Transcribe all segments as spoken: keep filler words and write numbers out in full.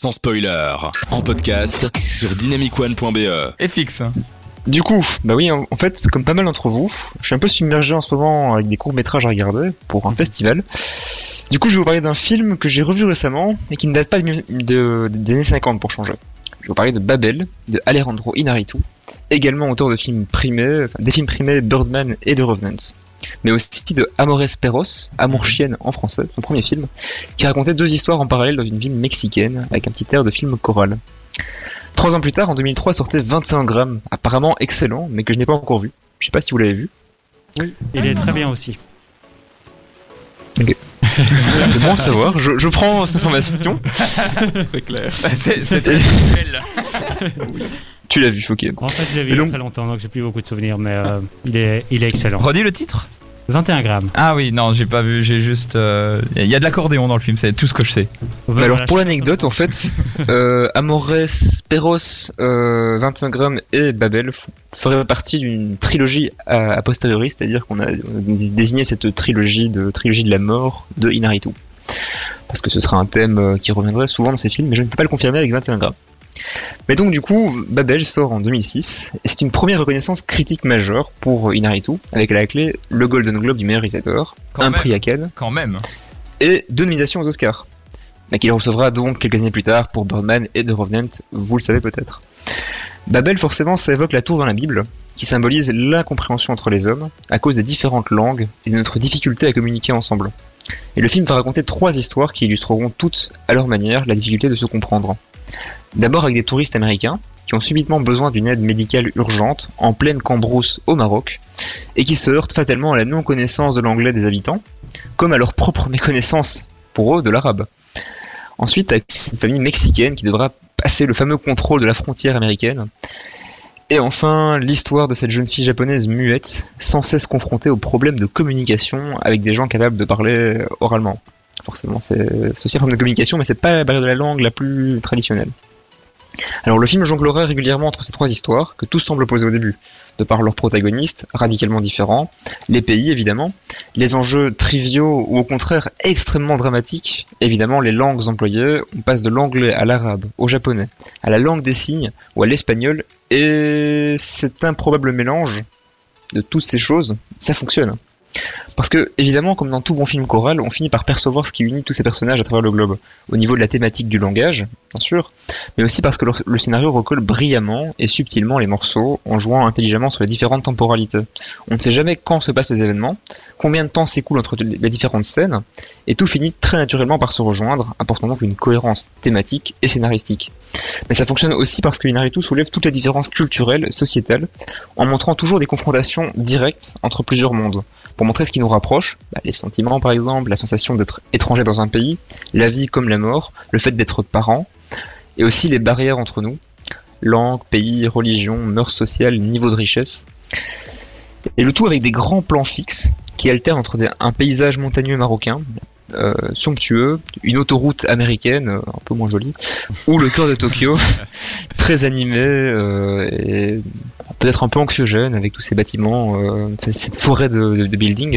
sans spoiler, en podcast sur dynamic one point b e. Et fixe. Du coup, bah oui, en, en fait, comme pas mal d'entre vous, je suis un peu submergé en ce moment avec des courts-métrages à regarder pour un festival. Du coup, je vais vous parler d'un film que j'ai revu récemment et qui ne date pas de, de, des années cinquante pour changer. Je vais vous parler de Babel, de Alejandro Inarritu, également auteur de films primés, enfin, des films primés Birdman et The Revenant. Mais aussi de Amores Perros, Amour chienne en français, son premier film, qui racontait deux histoires en parallèle dans une ville mexicaine avec un petit air de film choral. Trois ans plus tard, en deux mille trois, sortait vingt-cinq grammes, apparemment excellent, mais que je n'ai pas encore vu. Je sais pas si vous l'avez vu. Oui, il est très bien aussi. Ok. C'est bon à savoir, je, je prends cette information. C'est clair. C'est, c'est très visuel. Oui. Tu l'as vu, ok. En fait, je l'ai vu il y a très longtemps, donc j'ai plus beaucoup de souvenirs, mais euh, il, est, il est excellent. Redis le titre ? vingt et un grammes. Ah oui, non, j'ai pas vu, j'ai juste... Il euh, y a de l'accordéon dans le film, c'est tout ce que je sais. Bah alors, pour l'anecdote, en fait, euh, Amores Perros, euh, vingt-cinq grammes et Babel f- feraient partie d'une trilogie a, a posteriori, c'est-à-dire qu'on a, on a désigné cette trilogie de, trilogie de la mort de Inarritu. Parce que ce sera un thème qui reviendrait souvent dans ces films, mais je ne peux pas le confirmer avec vingt et un grammes. Mais donc du coup, Babel sort en deux mille six, et c'est une première reconnaissance critique majeure pour Inarritu, avec à la clé le Golden Globe du meilleur réalisateur, Quand un même. prix à Cannes, Quand même. et deux nominations aux Oscars. Mais qu'il recevra donc quelques années plus tard pour Birdman et The Revenant, vous le savez peut-être. Babel, forcément, ça évoque la tour dans la Bible, qui symbolise l'incompréhension entre les hommes, à cause des différentes langues et de notre difficulté à communiquer ensemble. Et le film va raconter trois histoires qui illustreront toutes, à leur manière, la difficulté de se comprendre. D'abord avec des touristes américains, qui ont subitement besoin d'une aide médicale urgente, en pleine cambrousse au Maroc, et qui se heurtent fatalement à la non-connaissance de l'anglais des habitants, comme à leur propre méconnaissance, pour eux, de l'arabe. Ensuite, avec une famille mexicaine qui devra passer le fameux contrôle de la frontière américaine. Et enfin, l'histoire de cette jeune fille japonaise muette, sans cesse confrontée aux problèmes de communication avec des gens capables de parler oralement. Forcément, c'est, c'est aussi un problème de communication, mais c'est pas la barrière de la langue la plus traditionnelle. Alors le film jonglerait régulièrement entre ces trois histoires, que tous semblent opposer au début, de par leurs protagonistes, radicalement différents, les pays évidemment, les enjeux triviaux ou au contraire extrêmement dramatiques, évidemment les langues employées, on passe de l'anglais à l'arabe, au japonais, à la langue des signes ou à l'espagnol, et cet improbable mélange de toutes ces choses, ça fonctionne. Parce que, évidemment, comme dans tout bon film choral, on finit par percevoir ce qui unit tous ces personnages à travers le globe. Au niveau de la thématique du langage, bien sûr, mais aussi parce que le, le scénario recolle brillamment et subtilement les morceaux, en jouant intelligemment sur les différentes temporalités. On ne sait jamais quand se passent les événements, combien de temps s'écoule entre les différentes scènes, et tout finit très naturellement par se rejoindre, apportant donc une cohérence thématique et scénaristique. Mais ça fonctionne aussi parce que Inarritu soulève toutes les différences culturelles, sociétales, en montrant toujours des confrontations directes entre plusieurs mondes. Pour montrer ce qui nous rapproche, bah, les sentiments par exemple, la sensation d'être étranger dans un pays, la vie comme la mort, le fait d'être parent, et aussi les barrières entre nous, langue, pays, religion, mœurs sociales, niveau de richesse. Et le tout avec des grands plans fixes qui alternent entre des, un paysage montagneux marocain, euh, somptueux, une autoroute américaine, euh, un peu moins jolie, ou le cœur de Tokyo, très animé euh, et peut-être un peu anxiogène avec tous ces bâtiments, euh, cette forêt de, de, de buildings.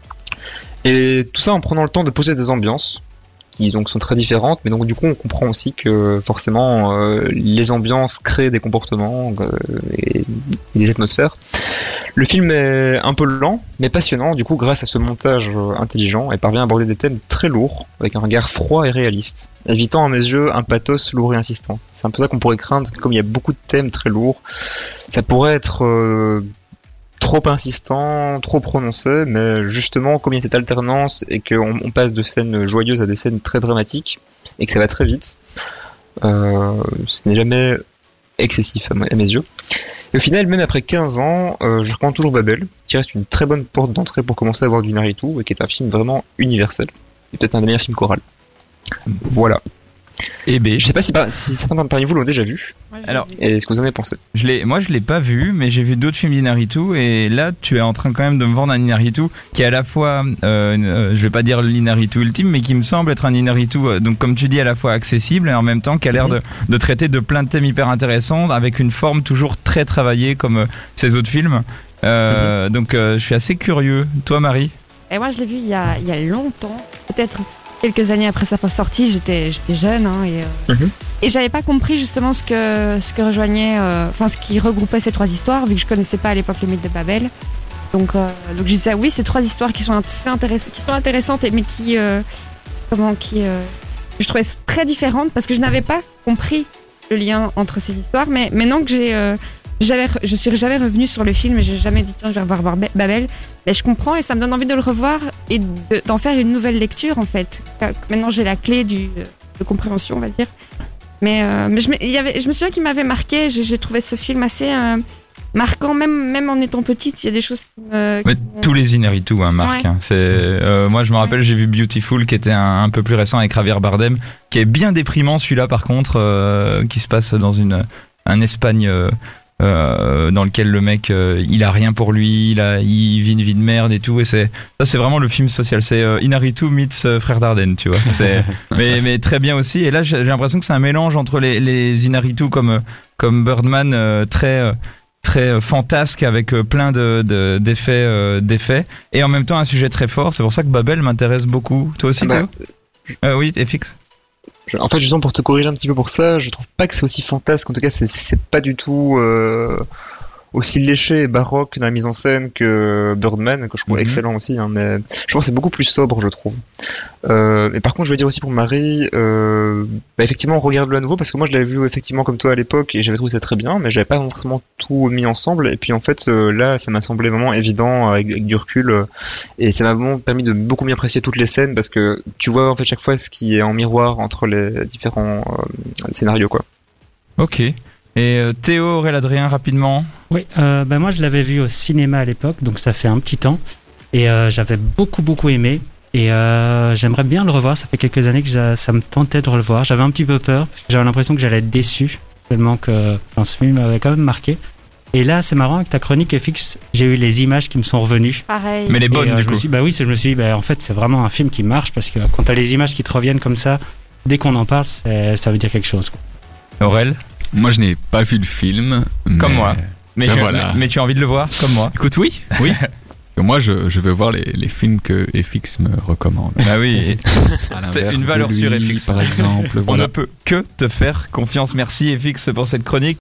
Et tout ça en prenant le temps de poser des ambiances qui donc sont très différentes, mais donc du coup on comprend aussi que forcément euh, les ambiances créent des comportements euh, et, et des atmosphères. Le film est un peu lent, mais passionnant, du coup grâce à ce montage euh, intelligent, et parvient à aborder des thèmes très lourds, avec un regard froid et réaliste, évitant à mes yeux un pathos lourd et insistant. C'est un peu ça qu'on pourrait craindre, parce que comme il y a beaucoup de thèmes très lourds, ça pourrait être euh, trop insistant, trop prononcé, mais justement comme il y a cette alternance et qu'on on passe de scènes joyeuses à des scènes très dramatiques et que ça va très vite, euh, ce n'est jamais excessif à, ma, à mes yeux. Et au final, même après quinze ans, euh, je recommande toujours Babel, qui reste une très bonne porte d'entrée pour commencer à voir du Inarritu et qui est un film vraiment universel et peut-être un des meilleurs films chorales. Voilà. Et B. Je sais pas si, par, si certains parmi vous l'ont déjà vu. Ouais, Alors, Et ce que vous en avez pensé. Je l'ai, moi je l'ai pas vu, mais j'ai vu d'autres films d'Inarritu et là tu es en train quand même de me vendre un Inarritu qui est à la fois, euh, euh, je vais pas dire l'Inarritu ultime, mais qui me semble être un Inarritu, euh, donc comme tu dis à la fois accessible et en même temps qui a l'air de, de traiter de plein de thèmes hyper intéressants avec une forme toujours très travaillée comme euh, ces autres films. Euh, mm-hmm. Donc euh, je suis assez curieux. Toi Marie? Et moi, je l'ai vu il y a, il y a longtemps, peut-être quelques années après sa sortie, j'étais, j'étais jeune hein, et, euh, Mhm. et j'avais pas compris justement ce que, ce que rejoignait, euh, enfin ce qui regroupait ces trois histoires, vu que je connaissais pas à l'époque le mythe de Babel. Donc, euh, donc je disais oui, ces trois histoires qui sont, assez intéress- qui sont intéressantes, et- mais qui, euh, comment, qui, euh, je trouvais très différentes parce que je n'avais pas compris le lien entre ces histoires. Mais maintenant que j'ai, euh, j'avais, je suis jamais revenue sur le film et j'ai jamais dit tiens je vais revoir Barbe- Babel, ben, je comprends et ça me donne envie de le revoir et de- d'en faire une nouvelle lecture en fait. Maintenant j'ai la clé du, de compréhension on va dire. Mais, euh, mais je, me- il y avait, je me souviens qu'il m'avait marqué, j'ai, j'ai trouvé ce film assez euh, marquant, même, même en étant petite, il y a des choses qui me... Mais qui me- tous les Inaritu, hein, Marc. Ouais. hein. C'est, euh, moi, je me rappelle, j'ai vu Beautiful, qui était un, un peu plus récent avec Javier Bardem, qui est bien déprimant, celui-là, par contre, euh, qui se passe dans une, un Espagne euh, euh, dans lequel le mec, euh, il a rien pour lui, il, a, il vit une vie de merde et tout. Et c'est, ça, c'est vraiment le film social. C'est euh, Inaritu meets euh, Frère Dardenne, tu vois. C'est, mais, mais très bien aussi. Et là, j'ai, j'ai l'impression que c'est un mélange entre les, les Inaritu comme, comme Birdman, euh, très... euh, très euh, fantasque avec euh, plein de, de d'effets euh, d'effets et en même temps un sujet très fort. C'est pour ça que Babel m'intéresse beaucoup. Toi aussi, Ah bah, Théo euh, Oui, F X. Je- En fait, justement, pour te corriger un petit peu pour ça, je trouve pas que c'est aussi fantasque. En tout cas, c'est, c'est c'est pas du tout euh, aussi léché et baroque dans la mise en scène que Birdman, que je trouve Mhm. excellent aussi. Hein, mais je pense que c'est beaucoup plus sobre, je trouve. Euh, mais par contre, je veux dire aussi pour Marie, euh, bah, effectivement, regarde-le à nouveau parce que moi, je l'avais vu effectivement comme toi à l'époque et j'avais trouvé ça très bien, mais j'avais pas forcément tout mis ensemble. Et puis en fait, euh, là, ça m'a semblé vraiment évident avec, avec du recul euh, et ça m'a vraiment permis de beaucoup mieux apprécier toutes les scènes parce que tu vois en fait chaque fois ce qui est en miroir entre les différents euh, scénarios, quoi. Ok. Et euh, Théo, Aurélien, Adrien, rapidement. Oui, euh, ben moi je l'avais vu au cinéma à l'époque, donc ça fait un petit temps. Et euh, j'avais beaucoup, beaucoup aimé. Et euh, j'aimerais bien le revoir. Ça fait quelques années que j'a- ça me tentait de le revoir. J'avais un petit peu peur, parce que j'avais l'impression que j'allais être déçu, tellement que enfin, ce film m'avait quand même marqué. Et là, c'est marrant, avec ta chronique F X, j'ai eu les images qui me sont revenues. Pareil. Mais les bonnes, Et, euh, du je me coup. suis, bah oui, c'est- je me suis dit, bah, en fait, c'est vraiment un film qui marche, parce que quand t'as les images qui te reviennent comme ça, dès qu'on en parle, c'est- ça veut dire quelque chose. Aurel, Moi, je n'ai pas vu le film. Comme mais- moi. mais, Ben je- voilà. mais, mais tu as envie de le voir, comme moi. Écoute, oui, oui. Moi, je, je veux voir les, les films que F X me recommande. Bah oui. et À l'inverse une valeur de sûre, lui, F X. par exemple. On Voilà. ne peut que te faire confiance. Merci F X pour cette chronique.